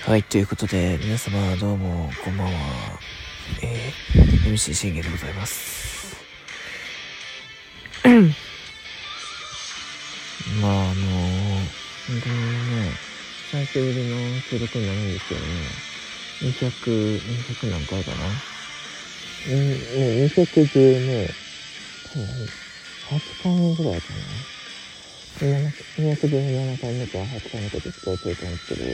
はい、ということで、皆様どうもこんばんは。MC 信玄でございます。まあ本当にね、久しぶりの収録になるんですけどね、200何回かな。210ね、8回目ぐらいかな。217回目か8回目かちょっと忘れたんですけど、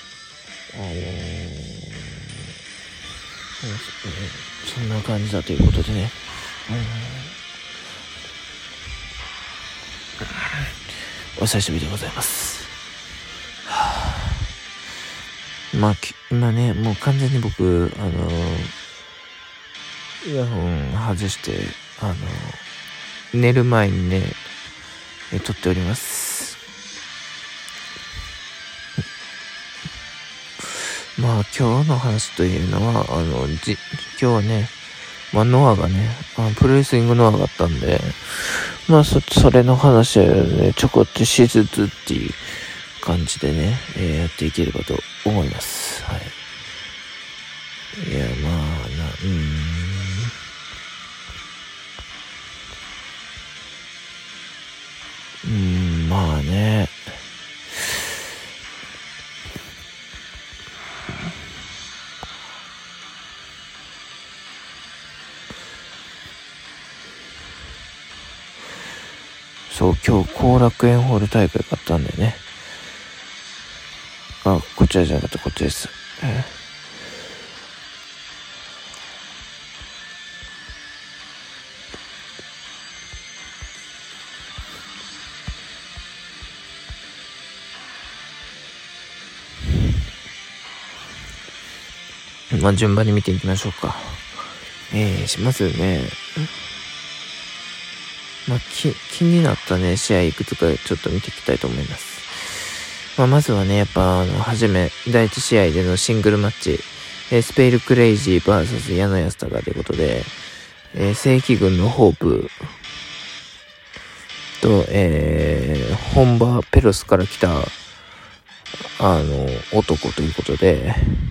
そんな感じだということでね、お久しぶりでございます。まあ今ね、もう完全に僕イヤホン外して寝る前にね撮っております。まあ今日の話というのは今日ね、ノアがねプロレスリングノアがあったんで、それの話をねちょこっとしつつっていう感じでね、やっていければと思います。はい。いやまあね。そう、今日後楽園ホール大会があったんだよね。こちらじゃなかった、こっちです。順番に見ていきましょうか。まずね、気になったね、試合いくつかちょっと見ていきたいと思います。まずはね、やっぱ第一試合でのシングルマッチ、スペイルクレイジー VS 矢野安隆ということで、正規軍のホープと、本場ペロスから来た、男ということで、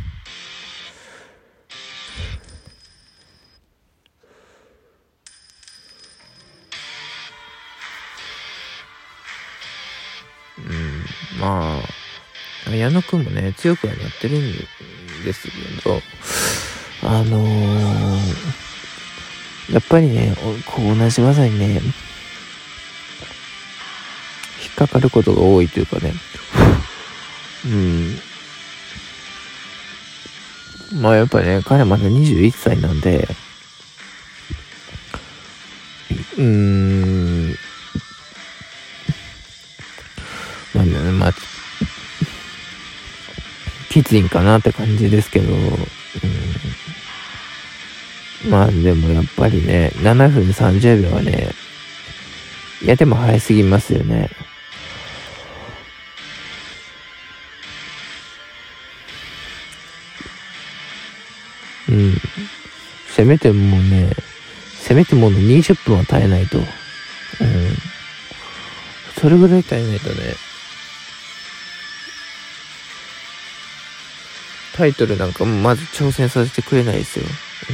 矢野くんもね、強くはなってるんですけど、やっぱりね、同じ技にね、引っかかることが多いというかね、やっぱりね、彼まだ21歳なんで、きついんかなって感じですけど、でもやっぱりね、7分30秒はね、いやでも早すぎますよね。せめてもの20分は耐えないと。それぐらい耐えないとね、タイトルなんかもまず挑戦させてくれないですよ。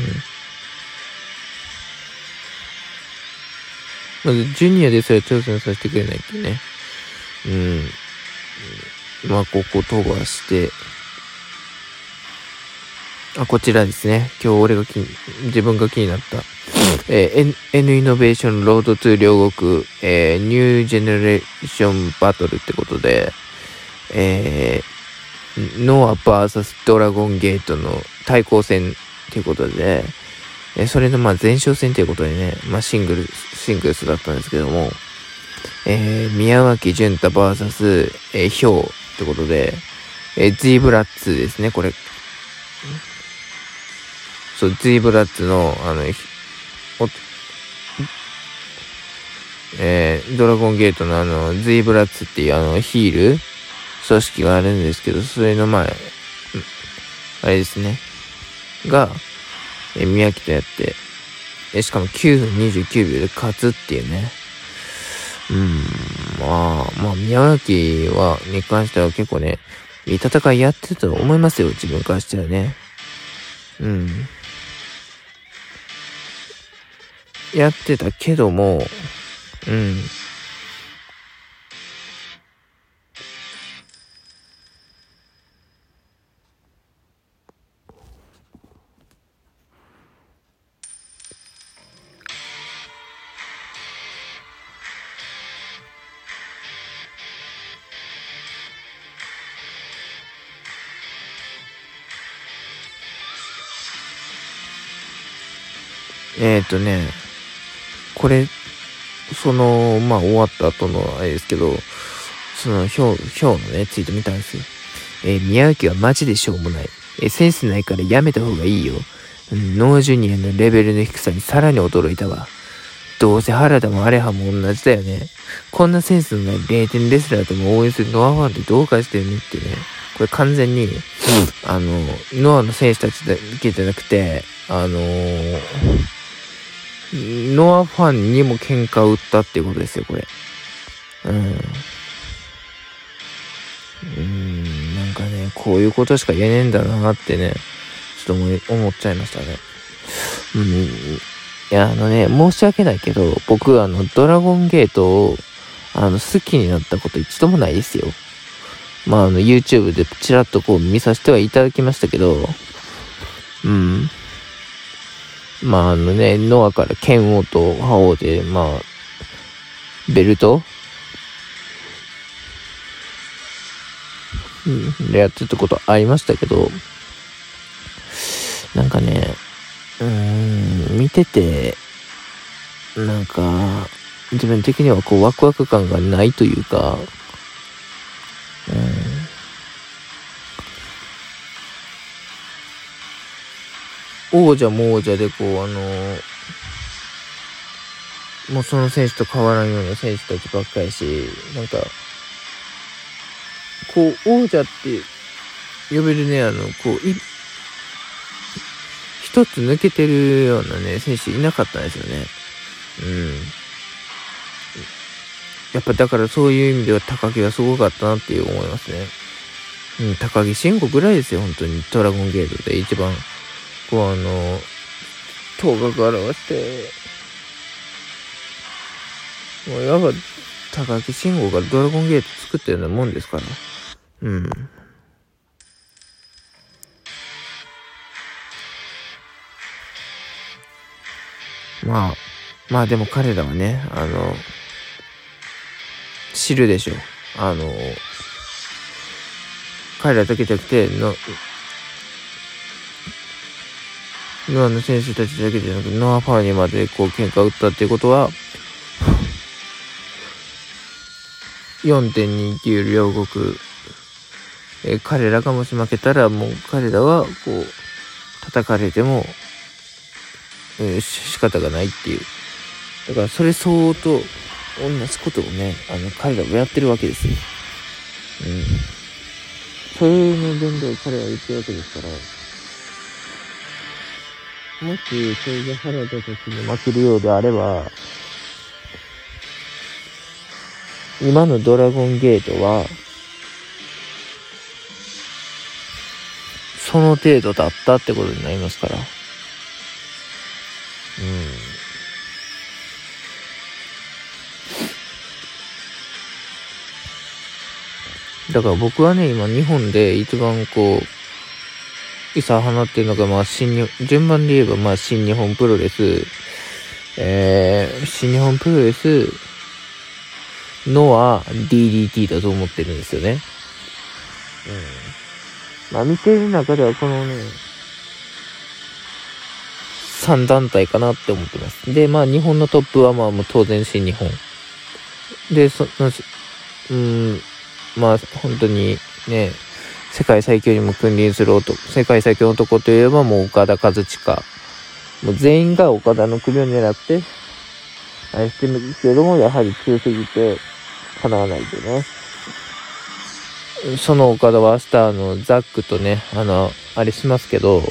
まずジュニアですら挑戦させてくれないってね。ここ飛ばして、こちらですね。今日自分が気になった、N イノベーションロードトゥ両国、ニュージェネレーションバトルってことで、ノア VS ドラゴンゲートの対抗戦ということで、それの前哨戦ということでね、シングルスだったんですけども、宮脇潤太 VS ヒョウってことで、Z ブラッツですね、これ。そう、Z ブラッツの、ドラゴンゲートのZ ブラッツっていうヒール組織があるんですけど、それの前、あれですね、が、宮城とやって、しかも9分29秒で勝つっていうね。宮脇に関しては結構ね、 いい戦いやってたと思いますよ、自分からしてはね。やってたけども、これ、終わった後のあれですけど、表のね、ツイート見たんですよ。宮脇はマジでしょうもない。センスないからやめた方がいいよ。ノージュニアのレベルの低さにさらに驚いたわ。どうせ原田もアレハも同じだよね。こんなセンスのない0点レスラーとも応援するノアファンってどうかしてるねってね。これ完全に、ノアの選手たちだけじゃなくて、ノアファンにも喧嘩を売ったっていうことですよ、これ。なんかね、こういうことしか言えねえんだなってね、ちょっと思っちゃいましたね。いや、申し訳ないけど、僕、ドラゴンゲートを、好きになったこと一度もないですよ。YouTube でちらっと見させてはいただきましたけど、ノアから剣王と覇王で、ベルトでやってたことありましたけど、なんかね、見てて、なんか、自分的にはワクワク感がないというか、王者も王者でもうその選手と変わらんような選手たちばっかりし、なんか、王者って呼べるね、一つ抜けてるようなね、選手いなかったんですよね。やっぱだからそういう意味では高木はすごかったなって思いますね。高木慎吾ぐらいですよ、本当に。ドラゴンゲートで一番、頭角表して、もうやば、高木慎吾がドラゴンゲート作ったようなもんですから。でも彼らはね、知るでしょ。彼らだけじゃなくて、ノアの選手たちだけじゃなくて、ノアファーにまで喧嘩を打ったっていうことは、4.29 両国、彼らがもし負けたら、もう彼らは叩かれても、仕方がないっていう。だからそれ相当同じことをね、彼らもやってるわけですよ。それの伝道を彼は言ってるわけですから、もしそれで原田たちに負けるようであれば、今のドラゴンゲートはその程度だったってことになりますから。だから僕はね、今日本で一番異彩放っているのが、順番で言えば、新日本プロレス、新日本プロレス、ノア、DDT だと思ってるんですよね。見てる中ではこのね、3団体かなって思ってます。で、日本のトップはもう当然新日本。で、本当にね、世界最強にも君臨する世界最強の男といえばもう岡田和親。もう全員が岡田の首を狙って、あれしてるんですけども、やはり強すぎて、叶わないでね。その岡田は明日ザックとね、あれしますけど、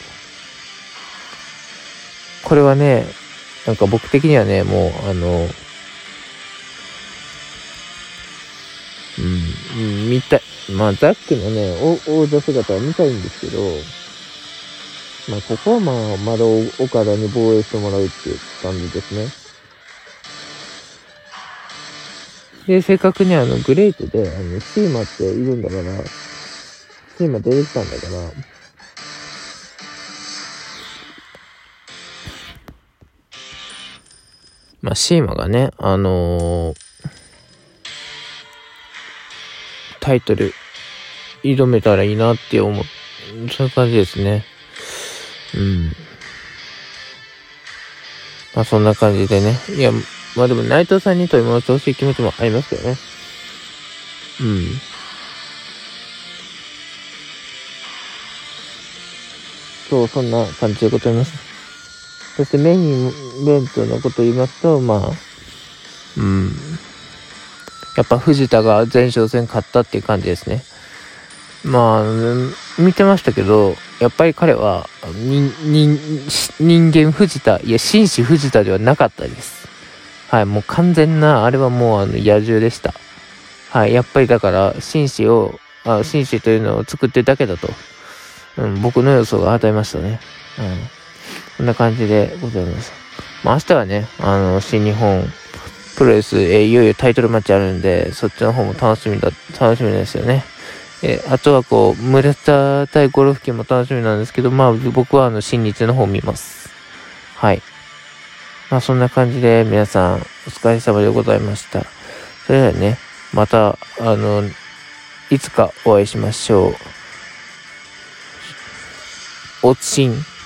これはね、なんか僕的にはね、もう見たい。まあ、ザックのね、王座姿は見たいんですけど、まあ、ここはまだ岡田に防衛してもらうっていう感じですね。で、正確にグレートで、シーマっているんだから、シーマ出てきたんだから、まあ、シーマがね、タイトル、挑めたらいいなってそういう感じですね。まあ、そんな感じでね。いや、まあでも内藤さんに取り戻してほしい気持ちもありますけどね。そう、そんな感じでございます。そしてメインイベントのことを言いますと、やっぱ藤田が前哨戦勝ったっていう感じですね。まあ、見てましたけど、やっぱり彼は、人間藤田、いや、紳士藤田ではなかったです。はい、もう完全な、あれはもう野獣でした。はい、やっぱりだから、紳士というのを作ってるだけだと、僕の予想が当たりましたね。こんな感じでございます。まあ、明日はね、新日本プロレス、いよいよタイトルマッチあるんで、そっちの方も楽しみですよね。あとは村田対ゴロフキンも楽しみなんですけど、まあ僕は新日の方を見ます。はい。まあそんな感じで皆さんお疲れ様でございました。それではね、また、いつかお会いしましょう。おつしん。